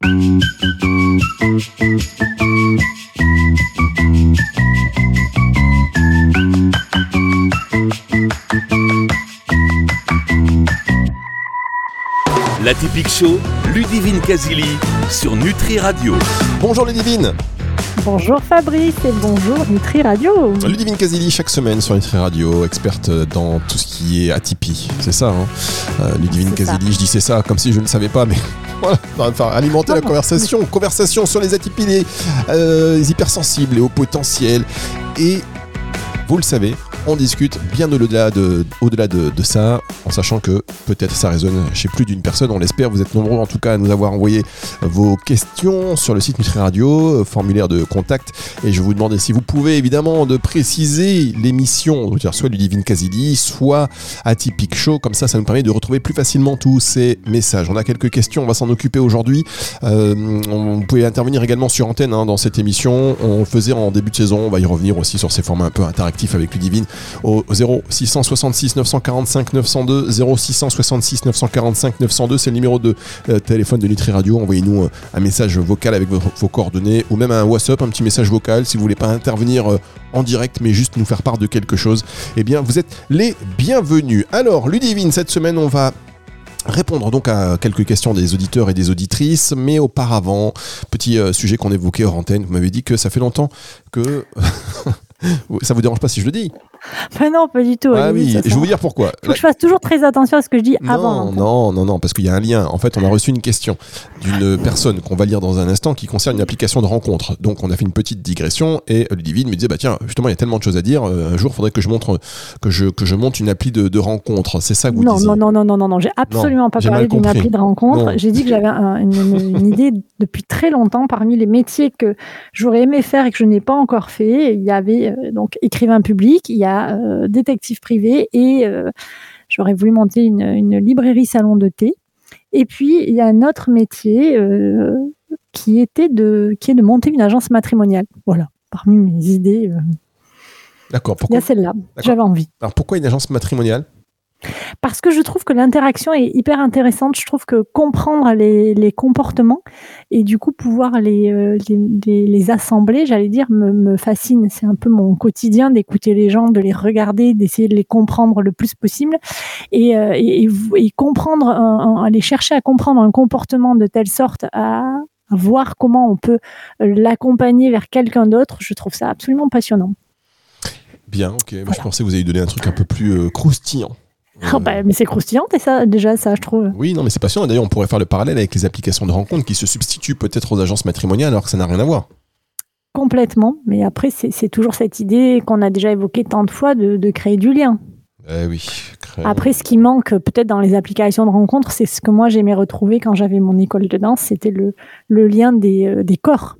L'Atypique Show, Ludivine Kazili sur Nutri Radio. Bonjour Ludivine. Bonjour Fabrice et bonjour Nutri Radio. Ludivine Kazili chaque semaine sur Nutri Radio, experte dans tout ce qui est atypie. C'est ça, hein Ludivine Kazili, je dis c'est ça comme si je ne savais pas, mais voilà, enfin, alimenter la conversation sur les atypies, les hypersensibles, les hauts potentiels. Et vous le savez, on discute bien au-delà de ça, en sachant que peut-être ça résonne chez plus d'une personne, on l'espère. Vous êtes nombreux en tout cas à nous avoir envoyé vos questions sur le site Nutri Radio, formulaire de contact, et je vous demandais si vous pouvez évidemment de préciser l'émission, soit Ludivine Kazili, soit Atypique Show, comme ça nous permet de retrouver plus facilement tous ces messages. On a quelques questions, on va s'en occuper aujourd'hui. Vous pouvez intervenir également sur antenne dans cette émission, on le faisait en début de saison, on va y revenir aussi sur ces formats un peu interactifs avec Ludivine. Au 0666 945 902, 0666 945 902, c'est le numéro de téléphone de Nutri Radio. Envoyez-nous un message vocal avec vos coordonnées, ou même un WhatsApp, un petit message vocal si vous voulez pas intervenir en direct mais juste nous faire part de quelque chose. Eh bien vous êtes les bienvenus. Alors Ludivine, cette semaine on va répondre donc à quelques questions des auditeurs et des auditrices, mais auparavant, petit sujet qu'on évoquait hors antenne. Vous m'avez dit que ça fait longtemps que... Ça vous dérange pas si je le dis? Non, pas du tout. Ah oui, je vais vous dire pourquoi. Faut que je fasse toujours très attention à ce que je dis avant. Non, parce qu'il y a un lien. En fait, on a reçu une question d'une personne qu'on va lire dans un instant qui concerne une application de rencontre. Donc, on a fait une petite digression et Ludivine me disait, tiens, justement, il y a tellement de choses à dire. Un jour, il faudrait que je monte une appli de rencontre. C'est ça que vous disiez? Non, j'ai absolument pas parlé d'une appli de rencontre. Non. J'ai dit que j'avais une idée depuis très longtemps. Parmi les métiers que j'aurais aimé faire et que je n'ai pas encore fait, il y avait donc écrivain public, il y a détective privé et j'aurais voulu monter une librairie salon de thé. Et puis il y a un autre métier qui est de monter une agence matrimoniale. Voilà, parmi mes idées. D'accord. Pourquoi? Il y a celle-là. D'accord. J'avais envie. Alors pourquoi une agence matrimoniale? Parce que je trouve que l'interaction est hyper intéressante. Je trouve que comprendre les comportements et du coup pouvoir les assembler, j'allais dire, me fascine. C'est un peu mon quotidien d'écouter les gens, de les regarder, d'essayer de les comprendre le plus possible et comprendre, aller chercher à comprendre un comportement de telle sorte à voir comment on peut l'accompagner vers quelqu'un d'autre. Je trouve ça absolument passionnant. Bien, ok. Voilà. Je pensais que vous alliez donner un truc un peu plus croustillant. Mais c'est croustillant, ça, je trouve. Oui, non, mais c'est passionnant. D'ailleurs, on pourrait faire le parallèle avec les applications de rencontres qui se substituent peut-être aux agences matrimoniales alors que ça n'a rien à voir. Complètement. Mais après, c'est toujours cette idée qu'on a déjà évoquée tant de fois de créer du lien. Oui. Après, ce qui manque peut-être dans les applications de rencontres, c'est ce que moi j'aimais retrouver quand j'avais mon école de danse, c'était le lien des corps.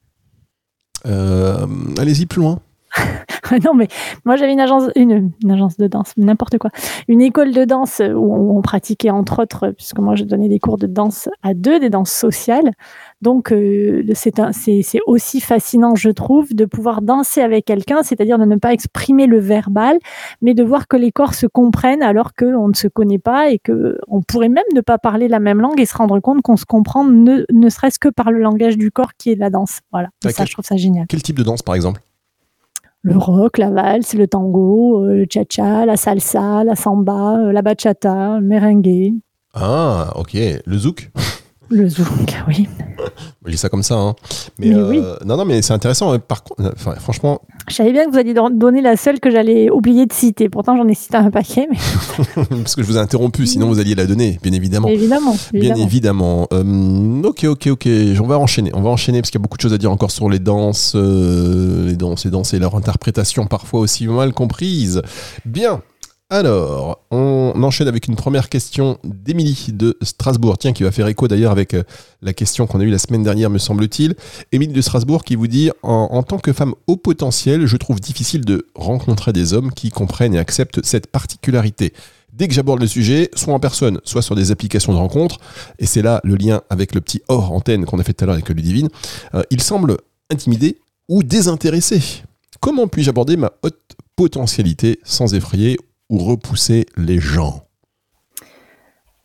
Allez-y plus loin. Non, mais moi j'avais une agence de danse, n'importe quoi. Une école de danse où on pratiquait entre autres, puisque moi je donnais des cours de danse à deux, des danses sociales. Donc c'est aussi fascinant, je trouve, de pouvoir danser avec quelqu'un, c'est-à-dire de ne pas exprimer le verbal, mais de voir que les corps se comprennent alors qu'on ne se connaît pas et qu'on pourrait même ne pas parler la même langue et se rendre compte qu'on se comprend ne serait-ce que par le langage du corps qui est la danse. Voilà, ça je trouve ça génial. Quel type de danse par exemple? Le rock, la valse, le tango, le cha-cha, la salsa, la samba, la bachata, le merengue. Ah, ok. Le zouk? Le zouk, oui. Je dis ça comme ça, hein. Mais oui. Non, mais c'est intéressant. Par contre, franchement... Je savais bien que vous alliez donner la seule que j'allais oublier de citer. Pourtant, j'en ai cité un paquet. Mais... Parce que je vous ai interrompu, sinon vous alliez la donner, bien évidemment. Bien évidemment. Ok. On va enchaîner parce qu'il y a beaucoup de choses à dire encore sur les danses et leur interprétation parfois aussi mal comprise. Bien. Alors, on enchaîne avec une première question d'Émilie de Strasbourg, tiens, qui va faire écho d'ailleurs avec la question qu'on a eue la semaine dernière, me semble-t-il. Émilie de Strasbourg qui vous dit « En tant que femme haut potentiel, je trouve difficile de rencontrer des hommes qui comprennent et acceptent cette particularité. Dès que j'aborde le sujet, soit en personne, soit sur des applications de rencontres, et c'est là le lien avec le petit hors antenne qu'on a fait tout à l'heure avec Ludivine, il semble intimidé ou désintéressé. Comment puis-je aborder ma haute potentialité sans effrayer ou repousser les gens ?»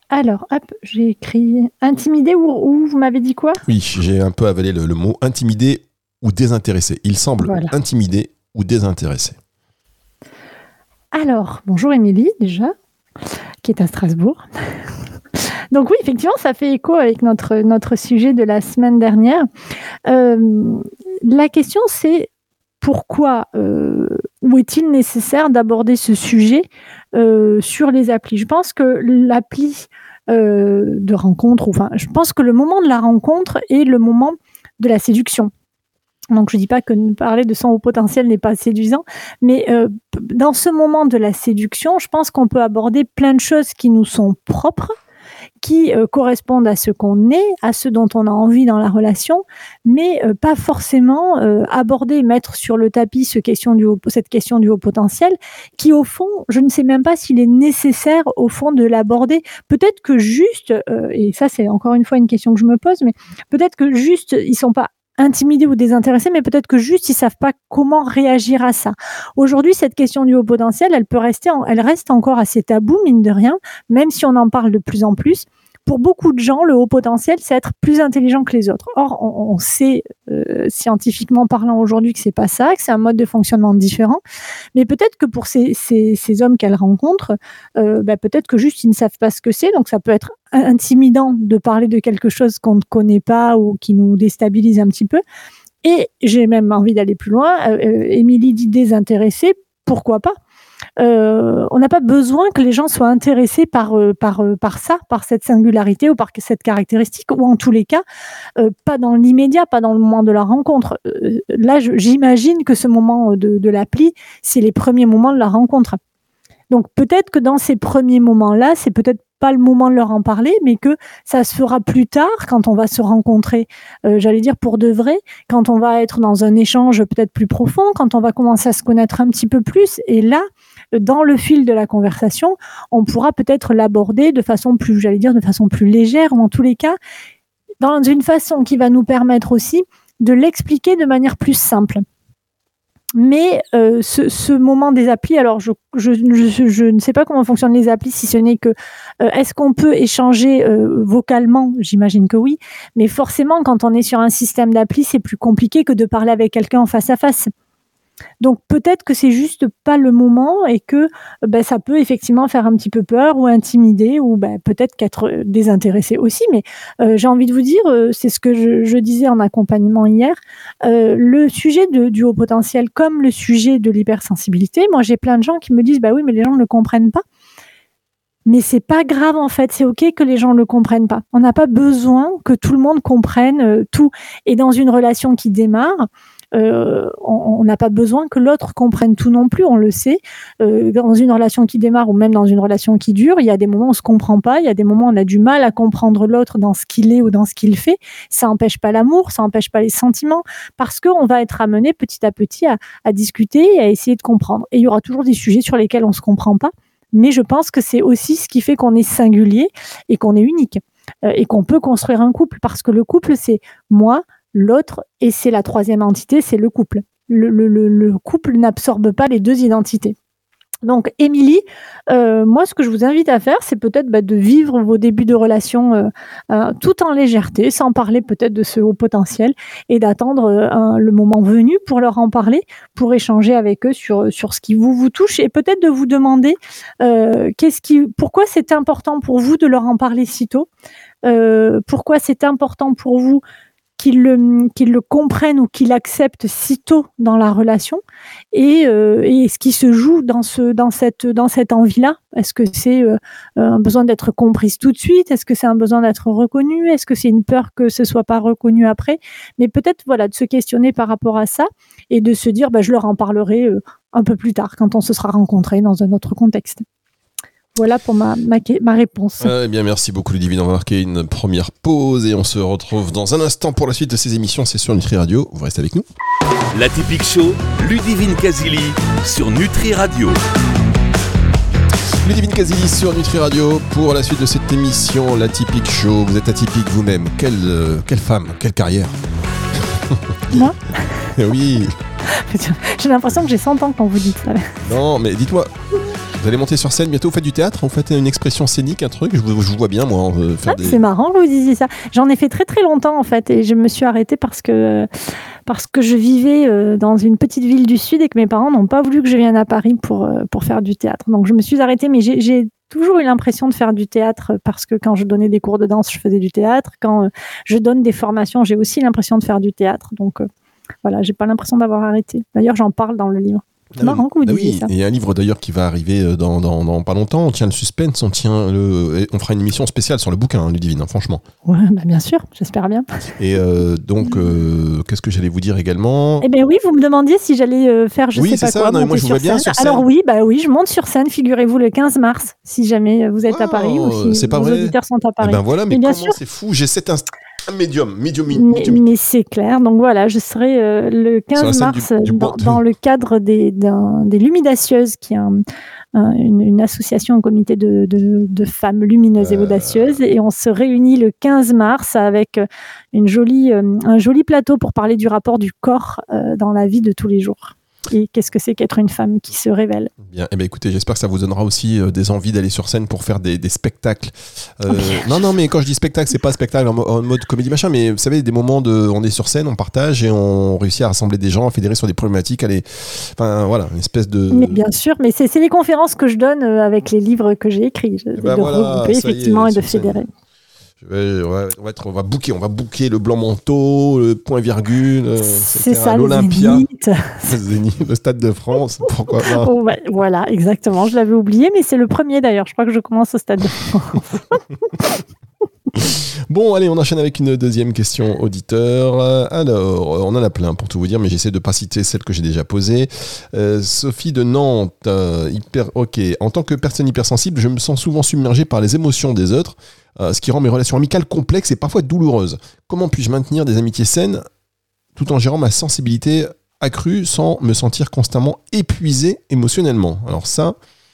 Alors, hop, j'ai écrit intimidé ou vous m'avez dit quoi ? Oui, j'ai un peu avalé le mot intimidé ou désintéressé. Il semble intimidé ou désintéressé. Alors, bonjour Émilie, déjà, qui est à Strasbourg. Donc oui, effectivement, ça fait écho avec notre sujet de la semaine dernière. La question, c'est pourquoi ou est-il nécessaire d'aborder ce sujet sur les applis ? Je pense que l'appli de rencontre, je pense que le moment de la rencontre est le moment de la séduction. Donc, je ne dis pas que parler de son haut potentiel n'est pas séduisant, mais dans ce moment de la séduction, je pense qu'on peut aborder plein de choses qui nous sont propres, qui correspondent à ce qu'on est, à ce dont on a envie dans la relation, mais pas forcément aborder, mettre sur le tapis cette question du haut potentiel, qui au fond, je ne sais même pas s'il est nécessaire au fond de l'aborder. Peut-être que juste, et ça c'est encore une fois une question que je me pose, mais peut-être que juste, ils sont pas intimidés ou désintéressés, mais peut-être que juste ils savent pas comment réagir à ça. Aujourd'hui, cette question du haut potentiel, elle reste encore assez taboue, mine de rien, même si on en parle de plus en plus. Pour beaucoup de gens, le haut potentiel, c'est être plus intelligent que les autres. Or, on sait, scientifiquement parlant aujourd'hui, que c'est pas ça, que c'est un mode de fonctionnement différent. Mais peut-être que pour ces hommes qu'elles rencontrent, peut-être que juste ils ne savent pas ce que c'est. Donc, ça peut être intimidant de parler de quelque chose qu'on ne connaît pas ou qui nous déstabilise un petit peu. Et j'ai même envie d'aller plus loin. Émilie dit désintéressée, pourquoi pas ? On n'a pas besoin que les gens soient intéressés par ça, par cette singularité ou par cette caractéristique, ou en tous les cas, pas dans l'immédiat, pas dans le moment de la rencontre. Là, j'imagine que ce moment de l'appli, c'est les premiers moments de la rencontre. Donc peut-être que dans ces premiers moments-là, c'est peut-être pas le moment de leur en parler, mais que ça se fera plus tard quand on va se rencontrer, j'allais dire pour de vrai, quand on va être dans un échange peut-être plus profond, quand on va commencer à se connaître un petit peu plus. Et là, dans le fil de la conversation, on pourra peut-être l'aborder de façon plus légère, ou en tous les cas, dans une façon qui va nous permettre aussi de l'expliquer de manière plus simple. Mais ce moment des applis, alors je ne sais pas comment fonctionnent les applis, si ce n'est que est-ce qu'on peut échanger vocalement ? J'imagine que oui, mais forcément quand on est sur un système d'appli, c'est plus compliqué que de parler avec quelqu'un en face à face. Donc peut-être que c'est juste pas le moment et que ça peut effectivement faire un petit peu peur ou intimider ou peut-être qu'être désintéressé aussi. Mais j'ai envie de vous dire, c'est ce que je disais en accompagnement hier, le sujet du haut potentiel comme le sujet de l'hypersensibilité. Moi, j'ai plein de gens qui me disent oui, mais les gens ne le comprennent pas. Mais c'est pas grave en fait, c'est ok que les gens le comprennent pas. On n'a pas besoin que tout le monde comprenne tout. Et dans une relation qui démarre, on n'a pas besoin que l'autre comprenne tout non plus, on le sait. Dans une relation qui démarre ou même dans une relation qui dure, il y a des moments où on se comprend pas, il y a des moments où on a du mal à comprendre l'autre dans ce qu'il est ou dans ce qu'il fait. Ça n'empêche pas l'amour, ça n'empêche pas les sentiments, parce qu'on va être amené petit à petit à discuter et à essayer de comprendre. Et il y aura toujours des sujets sur lesquels on se comprend pas, mais je pense que c'est aussi ce qui fait qu'on est singulier et qu'on est unique et qu'on peut construire un couple, parce que le couple, c'est moi, l'autre, et c'est la troisième entité, c'est le couple. Le couple n'absorbe pas les deux identités. Donc, Émilie, moi, ce que je vous invite à faire, c'est peut-être de vivre vos débuts de relation tout en légèreté, sans parler peut-être de ce haut potentiel, et d'attendre le moment venu pour leur en parler, pour échanger avec eux sur ce qui vous touche, et peut-être de vous demander pourquoi c'est important pour vous de leur en parler si tôt, pourquoi c'est important pour vous qu'ils le comprennent ou qu'ils l'acceptent si tôt dans la relation, et ce qui se joue dans cette envie-là. Est-ce que c'est un besoin d'être comprise tout de suite ? Est-ce que c'est un besoin d'être reconnue ? Est-ce que c'est une peur que ce soit pas reconnu après ? Mais peut-être de se questionner par rapport à ça et de se dire je leur en parlerai un peu plus tard quand on se sera rencontrés dans un autre contexte. Voilà pour ma réponse. Eh bien, merci beaucoup Ludivine. On va marquer une première pause et on se retrouve dans un instant pour la suite de ces émissions. C'est sur Nutri Radio. Vous restez avec nous. L'Atypique Show, Ludivine Kazili sur Nutri Radio. Ludivine Kazili sur Nutri Radio pour la suite de cette émission, l'Atypique Show. Vous êtes atypique vous-même. Quelle femme, quelle carrière. Moi ? Oui. J'ai l'impression que j'ai 100 ans quand vous dites ça. Non, mais dites-moi. Vous allez monter sur scène bientôt, vous faites du théâtre, vous faites une expression scénique, un truc, je vous vois bien moi faire des... C'est marrant que vous disiez ça. J'en ai fait très très longtemps en fait et je me suis arrêtée parce que je vivais dans une petite ville du Sud et que mes parents n'ont pas voulu que je vienne à Paris pour faire du théâtre. Donc je me suis arrêtée, mais j'ai toujours eu l'impression de faire du théâtre parce que quand je donnais des cours de danse, je faisais du théâtre. Quand je donne des formations, j'ai aussi l'impression de faire du théâtre. Donc voilà, j'ai pas l'impression d'avoir arrêté. D'ailleurs, j'en parle dans le livre. C'est marrant que vous disiez ça. Il y a un livre d'ailleurs qui va arriver dans pas longtemps. On tient le suspense, on fera une émission spéciale sur le bouquin, Ludivine, hein, franchement. Ouais, bah bien sûr, j'espère bien. Et donc, qu'est-ce que j'allais vous dire également ? Eh bien oui, vous me demandiez si j'allais faire je sais pas quoi. Non, moi je vous vois bien sur scène. Alors oui, je monte sur scène, figurez-vous, le 15 mars, si jamais vous êtes à Paris ou si vos auditeurs sont à Paris. Eh ben voilà, mais bien comment sûr. C'est fou, j'ai cet médium. Mais c'est clair. Donc voilà, je serai le 15 mars dans le cadre des Lumidacieuses, qui est une association, un comité de femmes lumineuses et audacieuses. Et on se réunit le 15 mars avec un joli plateau pour parler du rapport du corps dans la vie de tous les jours. Et qu'est-ce que c'est qu'être une femme qui se révèle. Bien, eh bien écoutez, j'espère que ça vous donnera aussi des envies d'aller sur scène pour faire des spectacles. Non, mais quand je dis spectacle, c'est pas spectacle en mode comédie machin, mais vous savez, des moments on est sur scène, on partage et on réussit à rassembler des gens, à fédérer sur des problématiques, enfin voilà, une espèce de... Mais bien sûr, mais c'est les conférences que je donne avec les livres que j'ai écrits, regrouper effectivement et de fédérer. On va booker le blanc manteau, le point virgule, c'est ça, l'Olympia, le Zénith, le Stade de France, pourquoi pas. Voilà, exactement, je l'avais oublié, mais c'est le premier d'ailleurs, je crois que je commence au Stade de France. Bon, allez, on enchaîne avec une deuxième question auditeur. Alors, on en a plein pour tout vous dire, mais j'essaie de ne pas citer celle que j'ai déjà posée. Sophie de Nantes, en tant que personne hypersensible, je me sens souvent submergé par les émotions des autres, ce qui rend mes relations amicales complexes et parfois douloureuses. Comment puis-je maintenir des amitiés saines tout en gérant ma sensibilité accrue sans me sentir constamment épuisé émotionnellement ? Alors ça...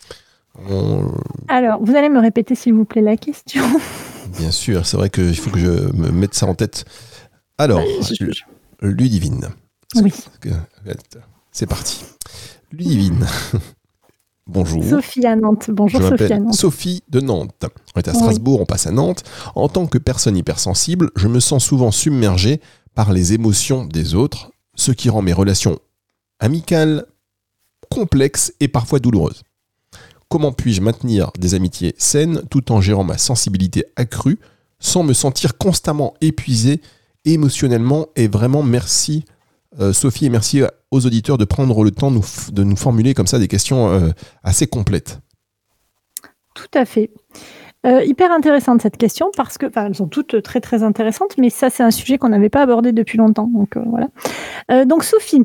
Alors, vous allez me répéter s'il vous plaît la question. Bien sûr, c'est vrai qu'il faut que je me mette ça en tête. Alors, Ludivine. Oui. C'est parti. Ludivine. Bonjour. Sophie à Nantes. Bonjour Sophie à Nantes. Sophie de Nantes. On est à Strasbourg, on passe à Nantes. En tant que personne hypersensible, je me sens souvent submergé par les émotions des autres, ce qui rend mes relations amicales complexes et parfois douloureuses. Comment puis-je maintenir des amitiés saines tout en gérant ma sensibilité accrue sans me sentir constamment épuisé émotionnellement ? Et vraiment, merci Sophie et merci aux auditeurs de prendre le temps de nous formuler comme ça des questions assez complètes. Tout à fait. Hyper intéressante cette question parce que, elles sont toutes très très intéressantes, mais ça c'est un sujet qu'on n'avait pas abordé depuis longtemps. Donc voilà. Donc Sophie.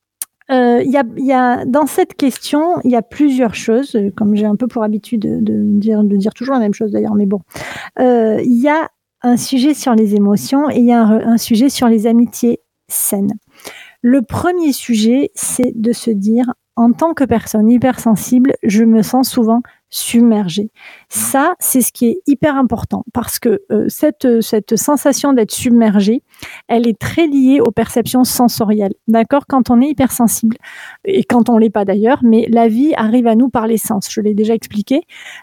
Y a dans cette question, il y a plusieurs choses, comme j'ai un peu pour habitude de dire toujours la même chose d'ailleurs, mais bon. Il y a un sujet sur les émotions et il y a un sujet sur les amitiés saines. Le premier sujet, c'est de se dire, en tant que personne hypersensible, je me sens souvent submergée. Ça, c'est ce qui est hyper important parce que cette sensation d'être submergée, elle est très liée aux perceptions sensorielles. D'accord ? Quand on est hypersensible, et quand on l'est pas d'ailleurs, mais la vie arrive à nous par les sens. Je l'ai déjà expliqué.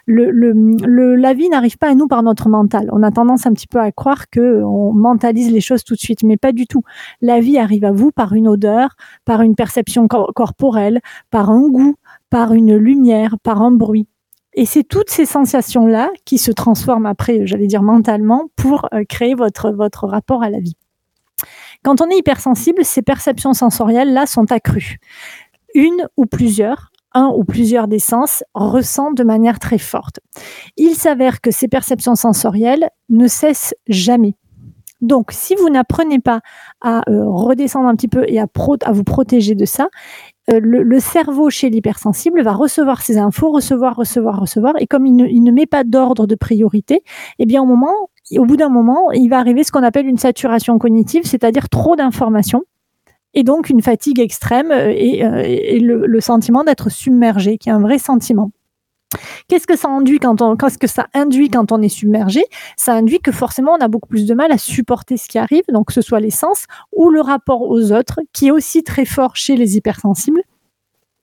La vie n'arrive pas à nous par notre mental. On a tendance un petit peu à croire qu'on mentalise les choses tout de suite, mais pas du tout. La vie arrive à vous par une odeur, par une perception corporelle, par un goût, par une lumière, par un bruit. Et c'est toutes ces sensations-là qui se transforment après, j'allais dire mentalement, pour créer votre rapport à la vie. Quand on est hypersensible, ces perceptions sensorielles-là sont accrues. Un ou plusieurs des sens ressentent de manière très forte. Il s'avère que ces perceptions sensorielles ne cessent jamais. Donc, si vous n'apprenez pas à redescendre un petit peu et à vous protéger de ça, le cerveau chez l'hypersensible va recevoir ces infos, recevoir, et comme il ne met pas d'ordre de priorité, eh bien au bout d'un moment, il va arriver ce qu'on appelle une saturation cognitive, c'est-à-dire trop d'informations, et donc une fatigue extrême et le sentiment d'être submergé, qui est un vrai sentiment. Qu'est-ce que ça induit quand on est submergé ? Ça induit que forcément on a beaucoup plus de mal à supporter ce qui arrive, donc que ce soit les sens ou le rapport aux autres, qui est aussi très fort chez les hypersensibles.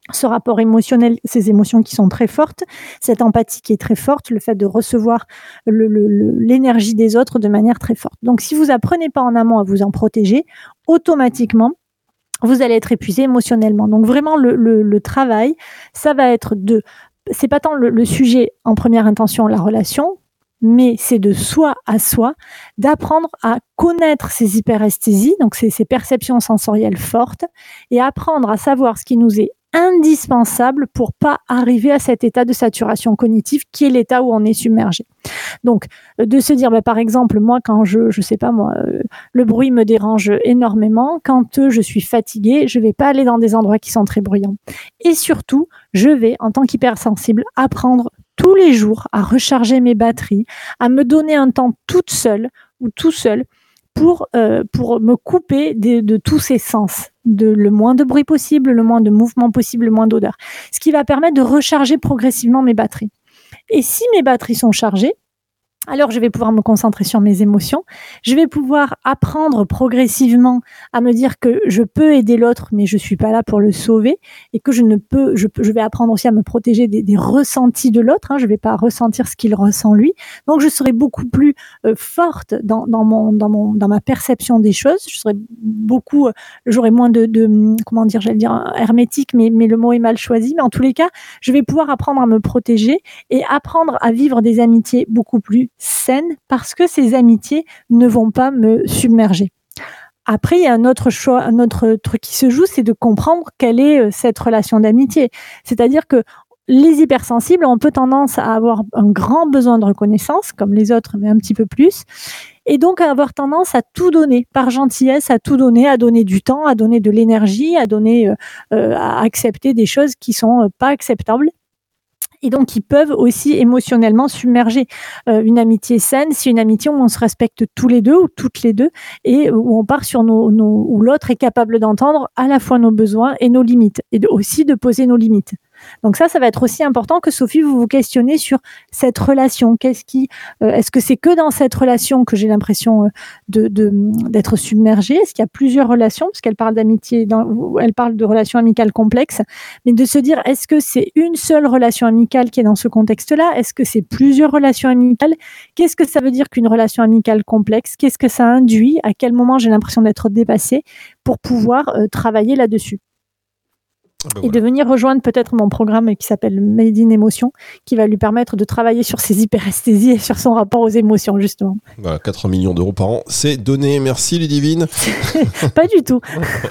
ce rapport émotionnel, ces émotions qui sont très fortes, cette empathie qui est très forte, le fait de recevoir l'énergie des autres de manière très forte. Donc, si vous apprenez pas en amont à vous en protéger, automatiquement, vous allez être épuisé émotionnellement. Donc, vraiment, le travail, ça va être c'est pas tant le sujet en première intention, la relation, mais c'est de soi à soi, d'apprendre à connaître ces hyperesthésies, donc ces perceptions sensorielles fortes, et apprendre à savoir ce qui nous est indispensable pour pas arriver à cet état de saturation cognitive qui est l'état où on est submergé. Donc, de se dire, par exemple, moi, quand je sais pas moi, le bruit me dérange énormément, quand je suis fatiguée, je vais pas aller dans des endroits qui sont très bruyants. Et surtout, je vais, en tant qu'hypersensible, apprendre tous les jours à recharger mes batteries, à me donner un temps toute seule ou tout seul pour me couper de tous ces sens, le moins de bruit possible, le moins de mouvement possible, le moins d'odeur. Ce qui va permettre de recharger progressivement mes batteries. Et si mes batteries sont chargées, alors je vais pouvoir me concentrer sur mes émotions, je vais pouvoir apprendre progressivement à me dire que je peux aider l'autre, mais je suis pas là pour le sauver, et que je vais apprendre aussi à me protéger des ressentis de l'autre, je vais pas ressentir ce qu'il ressent lui, donc je serai beaucoup plus forte dans ma perception des choses, j'aurai moins comment dire, j'allais dire hermétique, mais le mot est mal choisi, mais en tous les cas, je vais pouvoir apprendre à me protéger et apprendre à vivre des amitiés beaucoup plus saines parce que ces amitiés ne vont pas me submerger. Après, il y a un autre truc qui se joue, c'est de comprendre quelle est cette relation d'amitié. C'est-à-dire que les hypersensibles ont un peu tendance à avoir un grand besoin de reconnaissance, comme les autres, mais un petit peu plus, et donc à avoir tendance à tout donner, par gentillesse, à tout donner, à donner du temps, à donner de l'énergie, à accepter des choses qui sont pas acceptables. Et donc, ils peuvent aussi émotionnellement submerger. Une amitié saine, c'est une amitié où on se respecte tous les deux ou toutes les deux et où on part sur où l'autre est capable d'entendre à la fois nos besoins et nos limites et aussi de poser nos limites. Donc ça va être aussi important que Sophie, vous questionnez sur cette relation. Est-ce que c'est que dans cette relation que j'ai l'impression d'être submergée? Est-ce qu'il y a plusieurs relations? Parce qu'elle parle d'amitié, elle parle de relations amicales complexes, mais de se dire, est-ce que c'est une seule relation amicale qui est dans ce contexte-là? Est-ce que c'est plusieurs relations amicales? Qu'est-ce que ça veut dire qu'une relation amicale complexe? Qu'est-ce que ça induit? À quel moment j'ai l'impression d'être dépassée pour pouvoir travailler là-dessus? Et de venir rejoindre peut-être mon programme qui s'appelle Made in Émotion, qui va lui permettre de travailler sur ses hyperesthésies et sur son rapport aux émotions, justement. Voilà, 4 millions d'euros par an, c'est donné. Merci Ludivine. Pas du tout.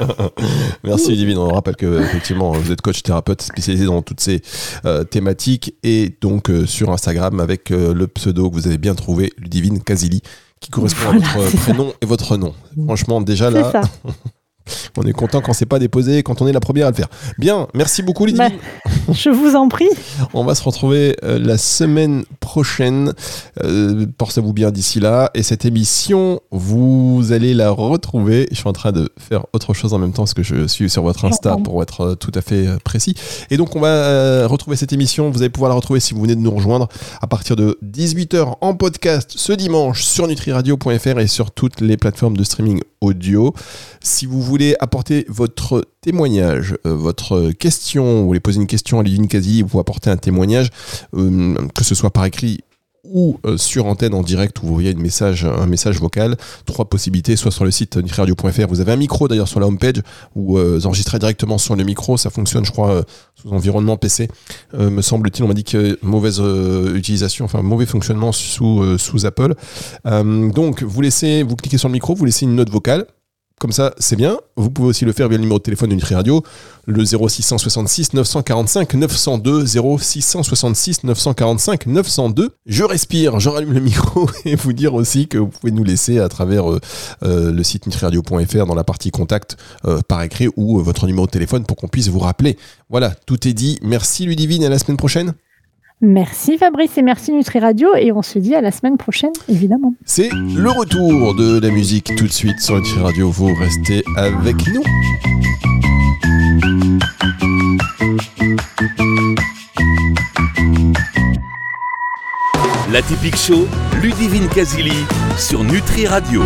Merci Ludivine. On rappelle que effectivement, vous êtes coach thérapeute spécialisé dans toutes ces thématiques et donc sur Instagram avec le pseudo que vous avez bien trouvé, Ludivine Kazili, qui correspond à votre prénom et votre nom. Franchement, déjà là... C'est ça. On est content quand c'est pas déposé, quand on est la première à le faire. Bien, merci beaucoup Ludivine. Je vous en prie. On va se retrouver la semaine prochaine. Portez-vous bien d'ici là. Et cette émission, vous allez la retrouver. Je suis en train de faire autre chose en même temps parce que je suis sur votre Insta pour être tout à fait précis. Et donc on va retrouver cette émission. Vous allez pouvoir la retrouver si vous venez de nous rejoindre à partir de 18h en podcast ce dimanche sur nutriradio.fr et sur toutes les plateformes de streaming audio. Si vous voulez apporter votre témoignage, votre question, vous voulez poser une question à Ludivine Kazili, vous pouvez apporter un témoignage, que ce soit par écrit ou sur antenne en direct où vous voyez un message vocal. 3 possibilités, soit sur le site nutriradio.fr, vous avez un micro d'ailleurs sur la homepage où vous enregistrez directement sur le micro, ça fonctionne je crois sous environnement PC, me semble-t-il. On m'a dit que mauvaise utilisation, enfin mauvais fonctionnement sous Apple. Donc vous cliquez sur le micro, vous laissez une note vocale. Comme ça, c'est bien. Vous pouvez aussi le faire via le numéro de téléphone de Nutri Radio, le 0666 945 902, 0666 945 902. Je respire, je rallume le micro et vous dire aussi que vous pouvez nous laisser à travers le site nutriradio.fr dans la partie contact par écrit ou votre numéro de téléphone pour qu'on puisse vous rappeler. Voilà, tout est dit. Merci Ludivine, à la semaine prochaine. Merci Fabrice et merci Nutri Radio et on se dit à la semaine prochaine évidemment. C'est le retour de la musique tout de suite sur Nutri Radio, vous restez avec nous. La Typique Show, Ludivine Kazili sur Nutri Radio.